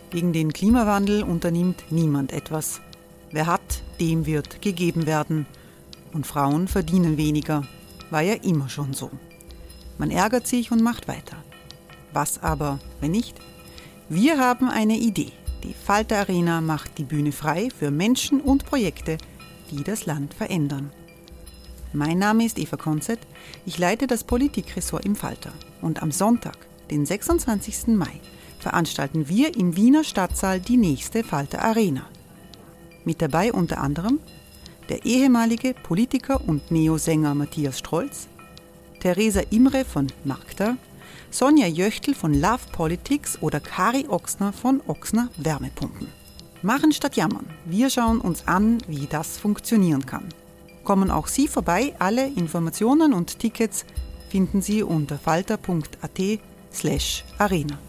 Gegen den Klimawandel unternimmt niemand etwas. Wer hat, dem wird gegeben werden. Und Frauen verdienen weniger. War ja immer schon so. Man ärgert sich und macht weiter. Was aber, wenn nicht? Wir haben eine Idee. Die Falter Arena macht die Bühne frei für Menschen und Projekte, die das Land verändern. Mein Name ist Eva Konzett, ich leite das Politikressort im Falter. Und am Sonntag, den 26. Mai, veranstalten wir im Wiener Stadtsaal die nächste Falter Arena. Mit dabei unter anderem der ehemalige Politiker und Neosänger Matthias Strolz, Theresa Imre von Magda, Sonja Jöchtl von Love Politics oder Kari Ochsner von Ochsner Wärmepumpen. Machen statt jammern. Wir schauen uns an, wie das funktionieren kann. Kommen auch Sie vorbei. Alle Informationen und Tickets finden Sie unter falter.at/arena.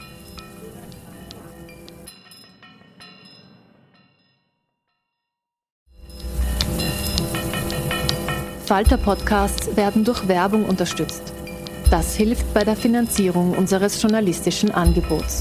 Falter-Podcasts werden durch Werbung unterstützt. Das hilft bei der Finanzierung unseres journalistischen Angebots.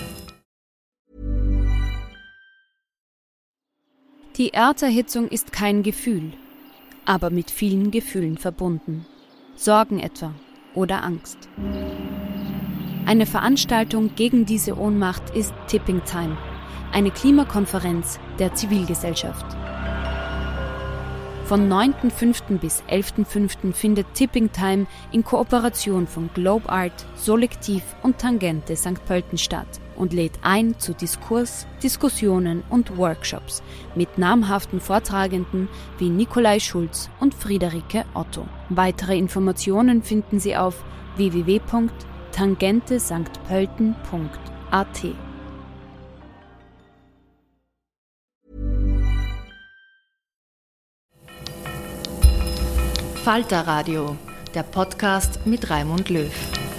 Die Erderhitzung ist kein Gefühl, aber mit vielen Gefühlen verbunden. Sorgen etwa oder Angst. Eine Veranstaltung gegen diese Ohnmacht ist Tipping Time, eine Klimakonferenz der Zivilgesellschaft. Von 9.5. bis 11.5. findet Tipping Time in Kooperation von Globe Art, Solektiv und Tangente St. Pölten statt und lädt ein zu Diskurs, Diskussionen und Workshops mit namhaften Vortragenden wie Nikolai Schulz und Friederike Otto. Weitere Informationen finden Sie auf www.tangentesanktpölten.at. Falter Radio, der Podcast mit Raimund Löw.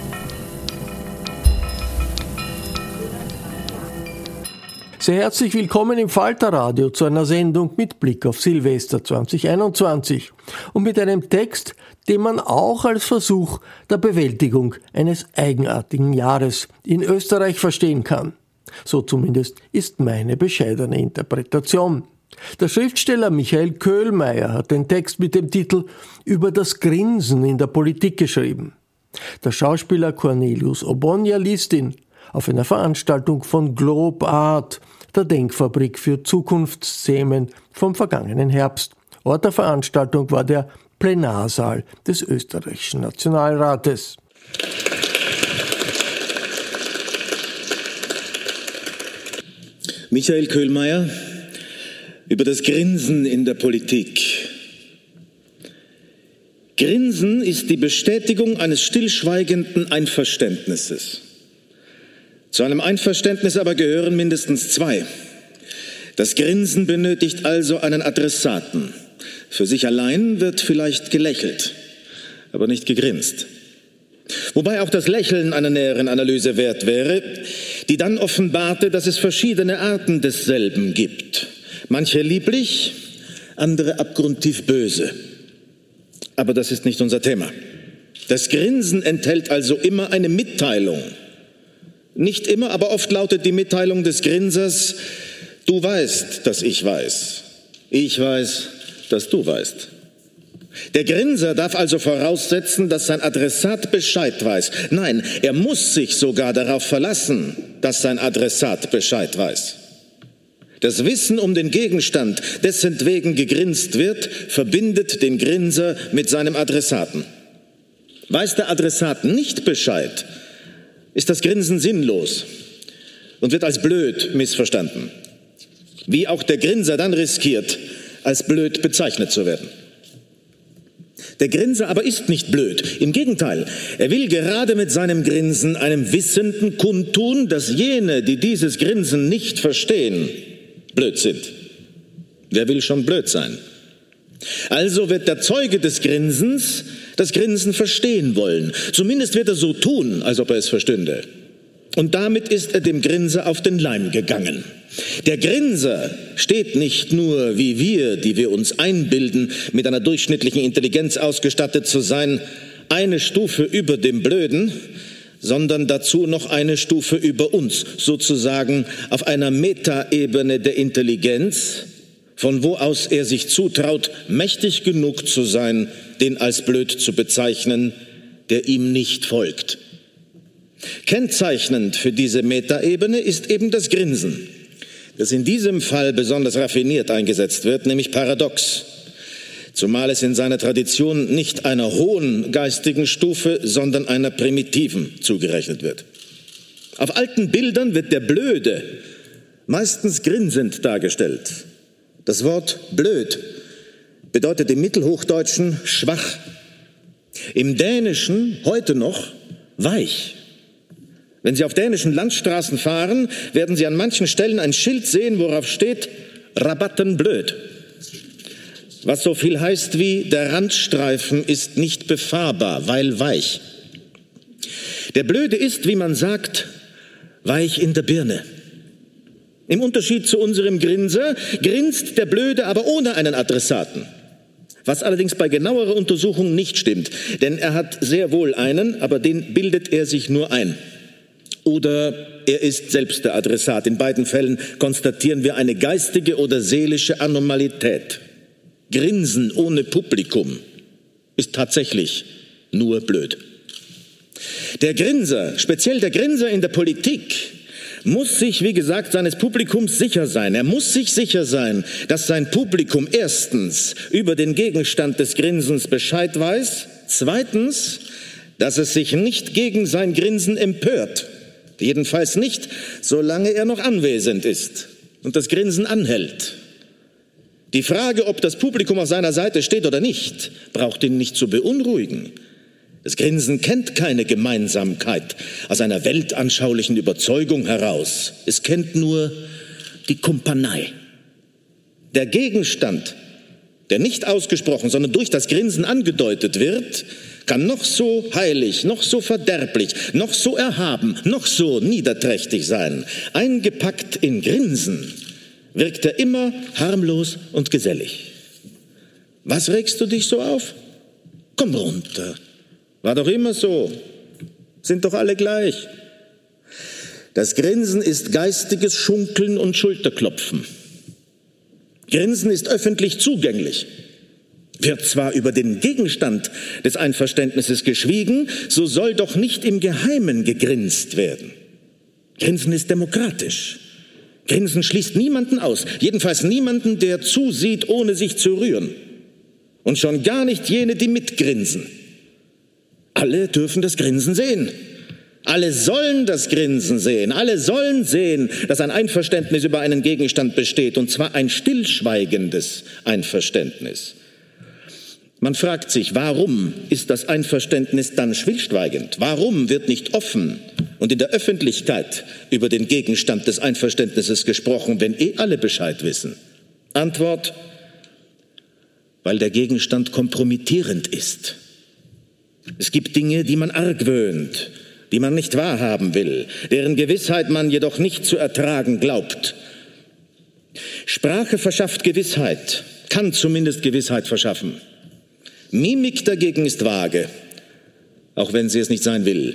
Sehr herzlich willkommen im Falter Radio zu einer Sendung mit Blick auf Silvester 2021 und mit einem Text, den man auch als Versuch der Bewältigung eines eigenartigen Jahres in Österreich verstehen kann. So zumindest ist meine bescheidene Interpretation. Der Schriftsteller Michael Köhlmeier hat den Text mit dem Titel »Über das Grinsen in der Politik« geschrieben. Der Schauspieler Cornelius Obonja liest ihn auf einer Veranstaltung von Globe Art, der Denkfabrik für Zukunftsthemen vom vergangenen Herbst. Ort der Veranstaltung war der Plenarsaal des österreichischen Nationalrates. Michael Köhlmeier über das Grinsen in der Politik. Grinsen ist die Bestätigung eines stillschweigenden Einverständnisses. Zu einem Einverständnis aber gehören mindestens zwei. Das Grinsen benötigt also einen Adressaten. Für sich allein wird vielleicht gelächelt, aber nicht gegrinst. Wobei auch das Lächeln einer näheren Analyse wert wäre, die dann offenbarte, dass es verschiedene Arten desselben gibt. Manche lieblich, andere abgrundtief böse. Aber das ist nicht unser Thema. Das Grinsen enthält also immer eine Mitteilung. Nicht immer, aber oft lautet die Mitteilung des Grinsers: Du weißt, dass ich weiß. Ich weiß, dass du weißt. Der Grinser darf also voraussetzen, dass sein Adressat Bescheid weiß. Nein, er muss sich sogar darauf verlassen, dass sein Adressat Bescheid weiß. Das Wissen um den Gegenstand, dessen wegen gegrinst wird, verbindet den Grinser mit seinem Adressaten. Weiß der Adressat nicht Bescheid, ist das Grinsen sinnlos und wird als blöd missverstanden. Wie auch der Grinser dann riskiert, als blöd bezeichnet zu werden. Der Grinser aber ist nicht blöd. Im Gegenteil, er will gerade mit seinem Grinsen einem Wissenden kundtun, dass jene, die dieses Grinsen nicht verstehen, blöd sind. Wer will schon blöd sein? Also wird der Zeuge des Grinsens das Grinsen verstehen wollen. Zumindest wird er so tun, als ob er es verstünde. Und damit ist er dem Grinser auf den Leim gegangen. Der Grinser steht nicht nur, wie wir, die wir uns einbilden, mit einer durchschnittlichen Intelligenz ausgestattet zu sein, eine Stufe über dem Blöden, sondern dazu noch eine Stufe über uns, sozusagen auf einer Metaebene der Intelligenz, von wo aus er sich zutraut, mächtig genug zu sein, den als blöd zu bezeichnen, der ihm nicht folgt. Kennzeichnend für diese Metaebene ist eben das Grinsen, das in diesem Fall besonders raffiniert eingesetzt wird, nämlich paradox, zumal es in seiner Tradition nicht einer hohen geistigen Stufe, sondern einer primitiven zugerechnet wird. Auf alten Bildern wird der Blöde meistens grinsend dargestellt. Das Wort blöd bedeutet im Mittelhochdeutschen schwach, im Dänischen heute noch weich. Wenn Sie auf dänischen Landstraßen fahren, werden Sie an manchen Stellen ein Schild sehen, worauf steht Rabatten blöd. Was so viel heißt wie, der Randstreifen ist nicht befahrbar, weil weich. Der Blöde ist, wie man sagt, weich in der Birne. Im Unterschied zu unserem Grinser grinst der Blöde aber ohne einen Adressaten. Was allerdings bei genauerer Untersuchung nicht stimmt, denn er hat sehr wohl einen, aber den bildet er sich nur ein. Oder er ist selbst der Adressat. In beiden Fällen konstatieren wir eine geistige oder seelische Anormalität. Grinsen ohne Publikum ist tatsächlich nur blöd. Der Grinser, speziell der Grinser in der Politik, muss sich, wie gesagt, seines Publikums sicher sein. Er muss sich sicher sein, dass sein Publikum erstens über den Gegenstand des Grinsens Bescheid weiß, zweitens, dass es sich nicht gegen sein Grinsen empört. Jedenfalls nicht, solange er noch anwesend ist und das Grinsen anhält. Die Frage, ob das Publikum auf seiner Seite steht oder nicht, braucht ihn nicht zu beunruhigen. Das Grinsen kennt keine Gemeinsamkeit aus einer weltanschaulichen Überzeugung heraus. Es kennt nur die Kumpanei. Der Gegenstand, der nicht ausgesprochen, sondern durch das Grinsen angedeutet wird, kann noch so heilig, noch so verderblich, noch so erhaben, noch so niederträchtig sein. Eingepackt in Grinsen wirkt er immer harmlos und gesellig. Was regst du dich so auf? Komm runter. War doch immer so. Sind doch alle gleich. Das Grinsen ist geistiges Schunkeln und Schulterklopfen. Grinsen ist öffentlich zugänglich. Wird zwar über den Gegenstand des Einverständnisses geschwiegen, so soll doch nicht im Geheimen gegrinst werden. Grinsen ist demokratisch. Grinsen schließt niemanden aus, jedenfalls niemanden, der zusieht, ohne sich zu rühren. Und schon gar nicht jene, die mitgrinsen. Alle dürfen das Grinsen sehen. Alle sollen das Grinsen sehen. Alle sollen sehen, dass ein Einverständnis über einen Gegenstand besteht, und zwar ein stillschweigendes Einverständnis. Man fragt sich, warum ist das Einverständnis dann stillschweigend? Warum wird nicht offen und in der Öffentlichkeit über den Gegenstand des Einverständnisses gesprochen, wenn alle Bescheid wissen? Antwort: Weil der Gegenstand kompromittierend ist. Es gibt Dinge, die man argwöhnt, die man nicht wahrhaben will, deren Gewissheit man jedoch nicht zu ertragen glaubt. Sprache verschafft Gewissheit, kann zumindest Gewissheit verschaffen. Mimik dagegen ist vage, auch wenn sie es nicht sein will.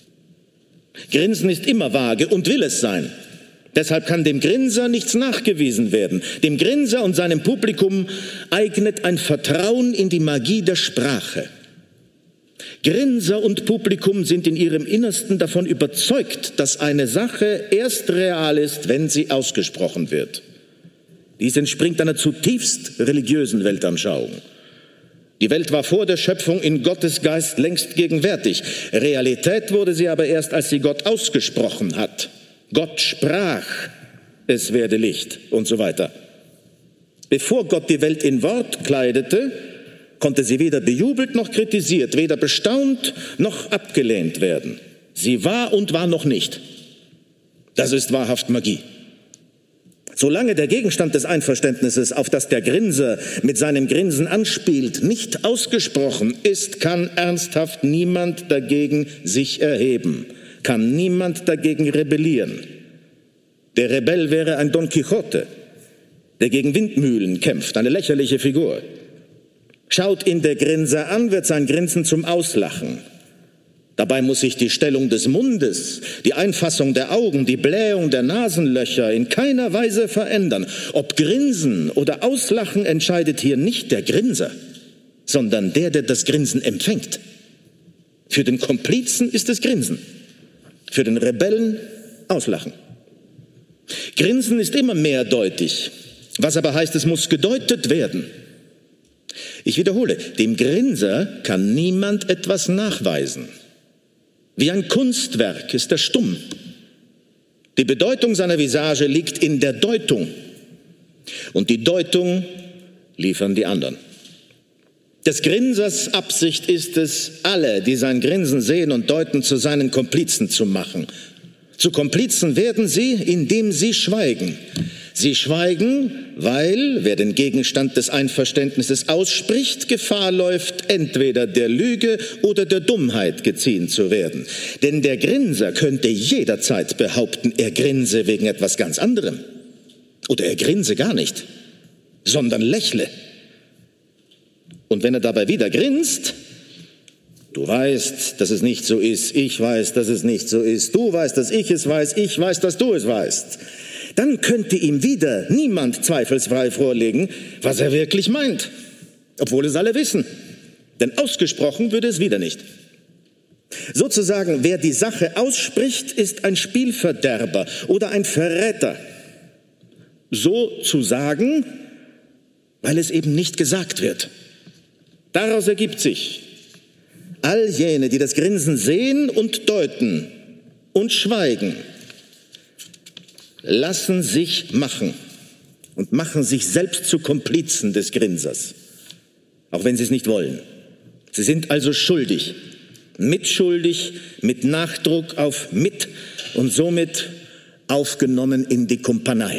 Grinsen ist immer vage und will es sein. Deshalb kann dem Grinser nichts nachgewiesen werden. Dem Grinser und seinem Publikum eignet ein Vertrauen in die Magie der Sprache. Grinser und Publikum sind in ihrem Innersten davon überzeugt, dass eine Sache erst real ist, wenn sie ausgesprochen wird. Dies entspringt einer zutiefst religiösen Weltanschauung. Die Welt war vor der Schöpfung in Gottes Geist längst gegenwärtig. Realität wurde sie aber erst, als sie Gott ausgesprochen hat. Gott sprach, es werde Licht und so weiter. Bevor Gott die Welt in Wort kleidete, konnte sie weder bejubelt noch kritisiert, weder bestaunt noch abgelehnt werden. Sie war und war noch nicht. Das ist wahrhaft Magie. Solange der Gegenstand des Einverständnisses, auf das der Grinser mit seinem Grinsen anspielt, nicht ausgesprochen ist, kann ernsthaft niemand dagegen sich erheben, kann niemand dagegen rebellieren. Der Rebell wäre ein Don Quixote, der gegen Windmühlen kämpft, eine lächerliche Figur. Schaut ihn der Grinser an, wird sein Grinsen zum Auslachen. Dabei muss sich die Stellung des Mundes, die Einfassung der Augen, die Blähung der Nasenlöcher in keiner Weise verändern. Ob Grinsen oder Auslachen entscheidet hier nicht der Grinser, sondern der das Grinsen empfängt. Für den Komplizen ist es Grinsen, für den Rebellen Auslachen. Grinsen ist immer mehrdeutig, was aber heißt, es muss gedeutet werden. Ich wiederhole, dem Grinser kann niemand etwas nachweisen. Wie ein Kunstwerk ist er stumm. Die Bedeutung seiner Visage liegt in der Deutung. Und die Deutung liefern die anderen. Des Grinsers Absicht ist es, alle, die sein Grinsen sehen und deuten, zu seinen Komplizen zu machen. Zu Komplizen werden sie, indem sie schweigen. Sie schweigen, weil, wer den Gegenstand des Einverständnisses ausspricht, Gefahr läuft, entweder der Lüge oder der Dummheit geziehen zu werden. Denn der Grinser könnte jederzeit behaupten, er grinse wegen etwas ganz anderem. Oder er grinse gar nicht, sondern lächle. Und wenn er dabei wieder grinst: Du weißt, dass es nicht so ist, ich weiß, dass es nicht so ist, du weißt, dass ich es weiß, ich weiß, dass du es weißt. Dann könnte ihm wieder niemand zweifelsfrei vorlegen, was er wirklich meint, obwohl es alle wissen. Denn ausgesprochen würde es wieder nicht. Sozusagen, wer die Sache ausspricht, ist ein Spielverderber oder ein Verräter. So zu sagen, weil es eben nicht gesagt wird. Daraus ergibt sich: All jene, die das Grinsen sehen und deuten und schweigen, lassen sich machen und machen sich selbst zu Komplizen des Grinsers, auch wenn sie es nicht wollen. Sie sind also schuldig, mitschuldig, mit Nachdruck auf mit und somit aufgenommen in die Kumpanei.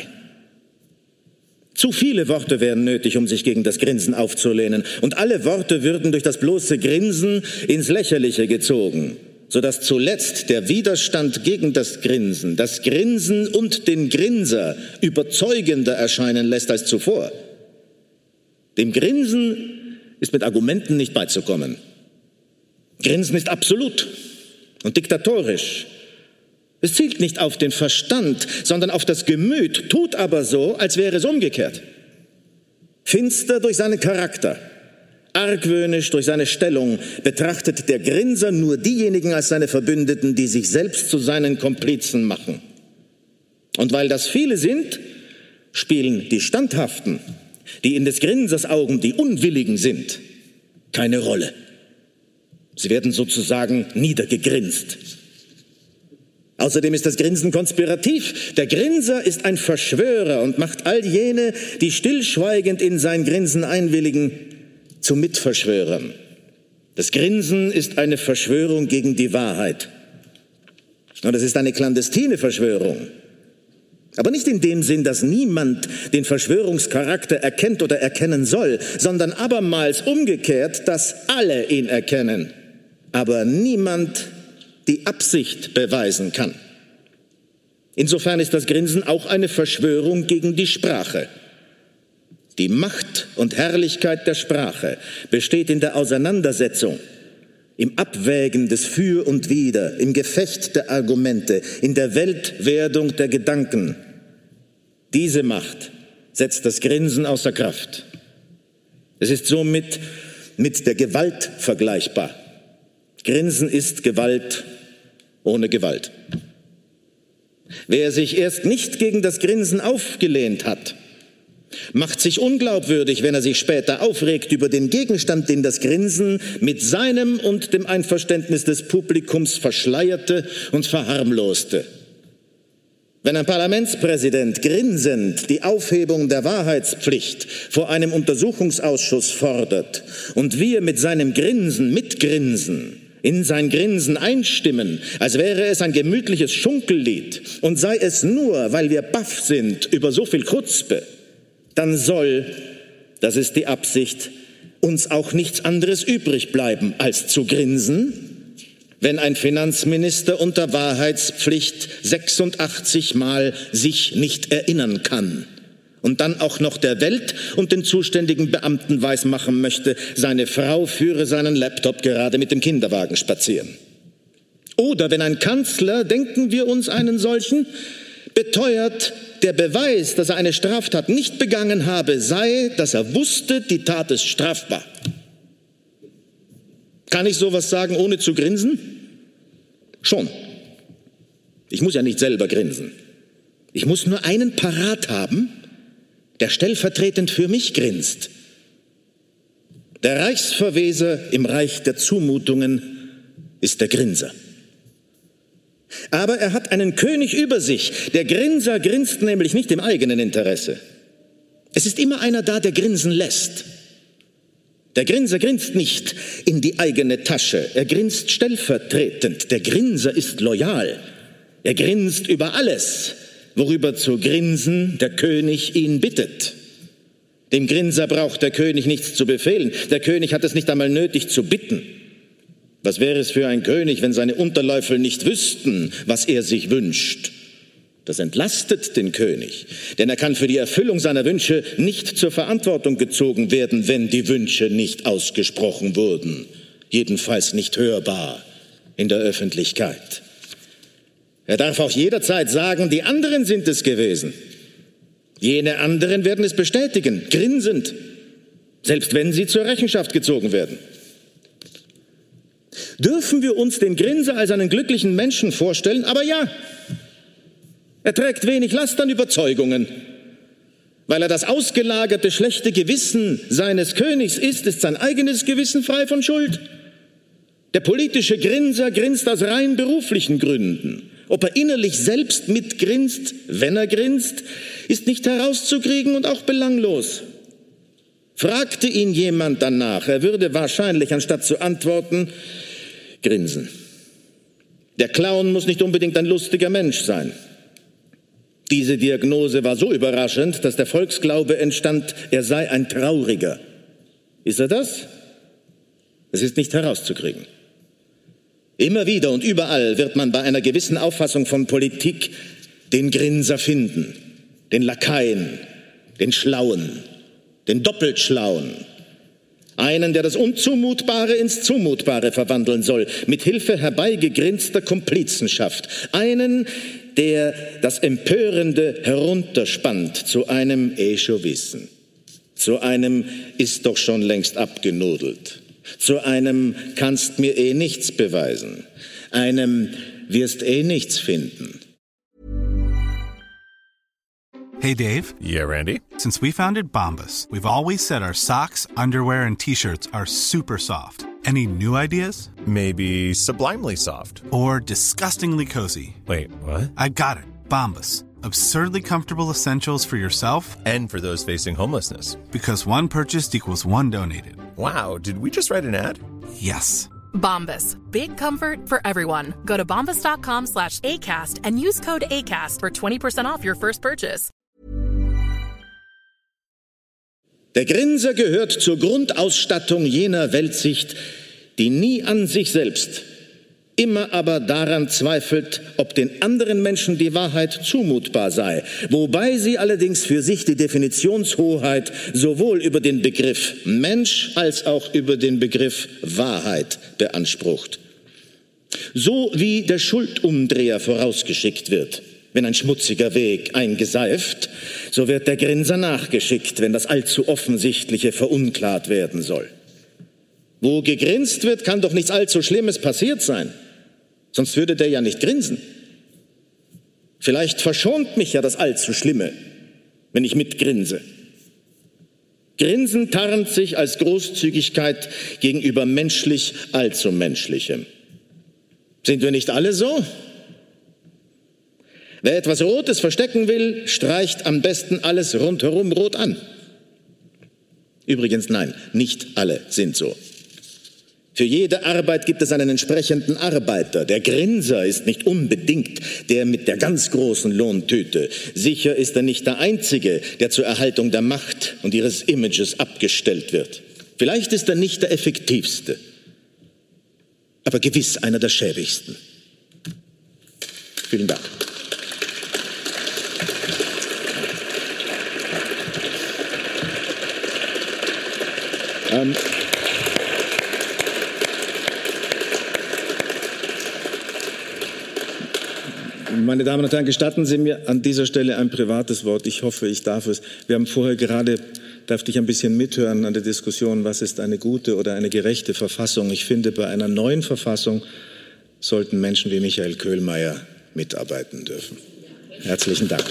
Zu viele Worte wären nötig, um sich gegen das Grinsen aufzulehnen, und alle Worte würden durch das bloße Grinsen ins Lächerliche gezogen, sodass zuletzt der Widerstand gegen das Grinsen und den Grinser überzeugender erscheinen lässt als zuvor. Dem Grinsen ist mit Argumenten nicht beizukommen. Grinsen ist absolut und diktatorisch. Es zielt nicht auf den Verstand, sondern auf das Gemüt, tut aber so, als wäre es umgekehrt. Finster durch seinen Charakter, argwöhnisch durch seine Stellung, betrachtet der Grinser nur diejenigen als seine Verbündeten, die sich selbst zu seinen Komplizen machen. Und weil das viele sind, spielen die Standhaften, die in des Grinsers Augen die Unwilligen sind, keine Rolle. Sie werden sozusagen niedergegrinst. Außerdem ist das Grinsen konspirativ. Der Grinser ist ein Verschwörer und macht all jene, die stillschweigend in sein Grinsen einwilligen, zu Mitverschwörern. Das Grinsen ist eine Verschwörung gegen die Wahrheit. Und es ist eine clandestine Verschwörung. Aber nicht in dem Sinn, dass niemand den Verschwörungscharakter erkennt oder erkennen soll, sondern abermals umgekehrt, dass alle ihn erkennen, aber niemand die Absicht beweisen kann. Insofern ist das Grinsen auch eine Verschwörung gegen die Sprache. Die Macht und Herrlichkeit der Sprache besteht in der Auseinandersetzung, im Abwägen des Für und Wider, im Gefecht der Argumente, in der Weltwerdung der Gedanken. Diese Macht setzt das Grinsen außer Kraft. Es ist somit mit der Gewalt vergleichbar. Grinsen ist Gewalt ohne Gewalt. Wer sich erst nicht gegen das Grinsen aufgelehnt hat, macht sich unglaubwürdig, wenn er sich später aufregt über den Gegenstand, den das Grinsen mit seinem und dem Einverständnis des Publikums verschleierte und verharmloste. Wenn ein Parlamentspräsident grinsend die Aufhebung der Wahrheitspflicht vor einem Untersuchungsausschuss fordert und wir mit seinem Grinsen mitgrinsen, in sein Grinsen einstimmen, als wäre es ein gemütliches Schunkellied und sei es nur, weil wir baff sind über so viel Chutzpe, dann soll, das ist die Absicht, uns auch nichts anderes übrig bleiben, als zu grinsen, wenn ein Finanzminister unter Wahrheitspflicht 86 Mal sich nicht erinnern kann und dann auch noch der Welt und den zuständigen Beamten weismachen möchte, seine Frau führe seinen Laptop gerade mit dem Kinderwagen spazieren. Oder wenn ein Kanzler, denken wir uns einen solchen, beteuert, der Beweis, dass er eine Straftat nicht begangen habe, sei, dass er wusste, die Tat ist strafbar. Kann ich sowas sagen, ohne zu grinsen? Schon. Ich muss ja nicht selber grinsen. Ich muss nur einen parat haben, der stellvertretend für mich grinst. Der Reichsverweser im Reich der Zumutungen ist der Grinser. Aber er hat einen König über sich. Der Grinser grinst nämlich nicht im eigenen Interesse. Es ist immer einer da, der grinsen lässt. Der Grinser grinst nicht in die eigene Tasche. Er grinst stellvertretend. Der Grinser ist loyal. Er grinst über alles, worüber zu grinsen der König ihn bittet. Dem Grinser braucht der König nichts zu befehlen. Der König hat es nicht einmal nötig zu bitten. Was wäre es für ein König, wenn seine Unterläufel nicht wüssten, was er sich wünscht? Das entlastet den König, denn er kann für die Erfüllung seiner Wünsche nicht zur Verantwortung gezogen werden, wenn die Wünsche nicht ausgesprochen wurden, jedenfalls nicht hörbar in der Öffentlichkeit. Er darf auch jederzeit sagen, die anderen sind es gewesen. Jene anderen werden es bestätigen, grinsend, selbst wenn sie zur Rechenschaft gezogen werden. Dürfen wir uns den Grinser als einen glücklichen Menschen vorstellen? Aber ja, er trägt wenig Last an Überzeugungen. Weil er das ausgelagerte schlechte Gewissen seines Königs ist sein eigenes Gewissen frei von Schuld. Der politische Grinser grinst aus rein beruflichen Gründen. Ob er innerlich selbst mitgrinst, wenn er grinst, ist nicht herauszukriegen und auch belanglos. Fragte ihn jemand danach, er würde wahrscheinlich, anstatt zu antworten, grinsen. Der Clown muss nicht unbedingt ein lustiger Mensch sein. Diese Diagnose war so überraschend, dass der Volksglaube entstand, er sei ein Trauriger. Ist er das? Es ist nicht herauszukriegen. Immer wieder und überall wird man bei einer gewissen Auffassung von Politik den Grinser finden, den Lakaien, den Schlauen, den doppelt Schlauen. Einen, der das Unzumutbare ins Zumutbare verwandeln soll, mit Hilfe herbeigegrinster Komplizenschaft. Einen, der das Empörende herunterspannt zu einem schon wissen, zu einem ist doch schon längst abgenudelt, zu einem kannst mir nichts beweisen, einem wirst nichts finden. Hey, Dave. Yeah, Randy? Since we founded Bombas, we've always said our socks, underwear, and T-shirts are super soft. Any new ideas? Maybe sublimely soft. Or disgustingly cozy. Wait, what? I got it. Bombas. Absurdly comfortable essentials for yourself and for those facing homelessness. Because one purchased equals one donated. Wow, did we just write an ad? Yes. Bombas. Big comfort for everyone. Go to bombas.com/ACAST and use code ACAST for 20% off your first purchase. Der Grinser gehört zur Grundausstattung jener Weltsicht, die nie an sich selbst, immer aber daran zweifelt, ob den anderen Menschen die Wahrheit zumutbar sei, wobei sie allerdings für sich die Definitionshoheit sowohl über den Begriff Mensch als auch über den Begriff Wahrheit beansprucht. So wie der Schuldumdreher vorausgeschickt wird, wenn ein schmutziger Weg eingeseift, so wird der Grinser nachgeschickt, wenn das allzu Offensichtliche verunklart werden soll. Wo gegrinst wird, kann doch nichts allzu Schlimmes passiert sein. Sonst würde der ja nicht grinsen. Vielleicht verschont mich ja das allzu Schlimme, wenn ich mitgrinse. Grinsen tarnt sich als Großzügigkeit gegenüber menschlich allzu Menschlichem. Sind wir nicht alle so? Wer etwas Rotes verstecken will, streicht am besten alles rundherum rot an. Übrigens nein, nicht alle sind so. Für jede Arbeit gibt es einen entsprechenden Arbeiter. Der Grinser ist nicht unbedingt der mit der ganz großen Lohntüte. Sicher ist er nicht der Einzige, der zur Erhaltung der Macht und ihres Images abgestellt wird. Vielleicht ist er nicht der effektivste, aber gewiss einer der schäbigsten. Vielen Dank. Meine Damen und Herren, gestatten Sie mir an dieser Stelle ein privates Wort. Ich hoffe, ich darf es. Wir haben vorher gerade, darf ich ein bisschen mithören an der Diskussion, was ist eine gute oder eine gerechte Verfassung. Ich finde, bei einer neuen Verfassung sollten Menschen wie Michael Köhlmeier mitarbeiten dürfen. Herzlichen Dank.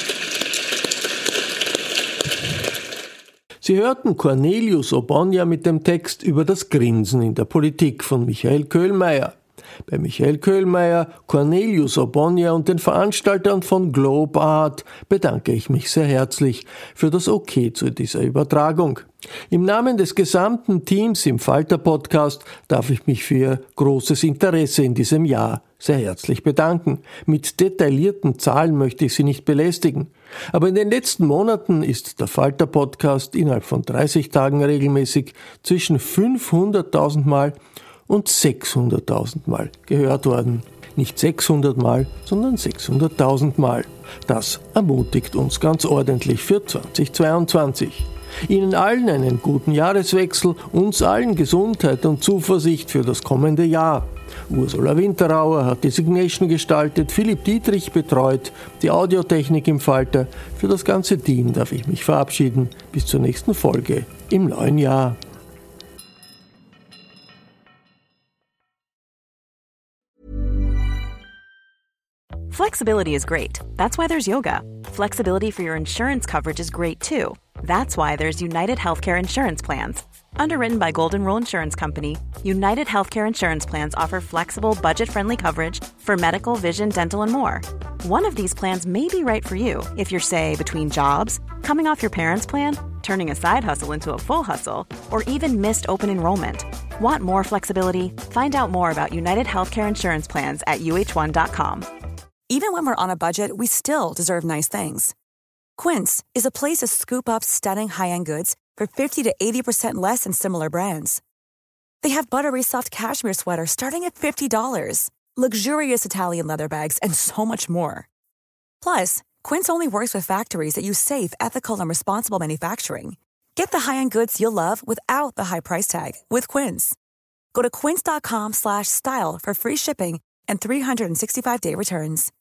Sie hörten Cornelius Ogbonnia mit dem Text über das Grinsen in der Politik von Michael Köhlmeier. Bei Michael Köhlmeier, Cornelius Ogbonnia und den Veranstaltern von Globe Art bedanke ich mich sehr herzlich für das Okay zu dieser Übertragung. Im Namen des gesamten Teams im Falter-Podcast darf ich mich für Ihr großes Interesse in diesem Jahr sehr herzlich bedanken. Mit detaillierten Zahlen möchte ich Sie nicht belästigen. Aber in den letzten Monaten ist der Falter-Podcast innerhalb von 30 Tagen regelmäßig zwischen 500.000 Mal und 600.000 Mal gehört worden. Nicht 600 Mal, sondern 600.000 Mal. Das ermutigt uns ganz ordentlich für 2022. Ihnen allen einen guten Jahreswechsel, uns allen Gesundheit und Zuversicht für das kommende Jahr. Ursula Winterauer hat die Signation gestaltet, Philipp Dietrich betreut, die Audiotechnik im Falter. Für das ganze Team darf ich mich verabschieden. Bis zur nächsten Folge im neuen Jahr. Flexibility is great. That's why there's yoga. Flexibility for your insurance coverage is great too. That's why there's United Healthcare Insurance Plans. Underwritten by Golden Rule Insurance Company, United Healthcare Insurance Plans offer flexible, budget-friendly coverage for medical, vision, dental, and more. One of these plans may be right for you if you're, say, between jobs, coming off your parents' plan, turning a side hustle into a full hustle, or even missed open enrollment. Want more flexibility? Find out more about United Healthcare Insurance Plans at uh1.com. Even when we're on a budget, we still deserve nice things. Quince is a place to scoop up stunning high-end goods for 50 to 80% less than similar brands. They have buttery soft cashmere sweaters starting at $50, luxurious Italian leather bags, and so much more. Plus, Quince only works with factories that use safe, ethical, and responsible manufacturing. Get the high-end goods you'll love without the high price tag with Quince. Go to quince.com/style for free shipping and 365-day returns.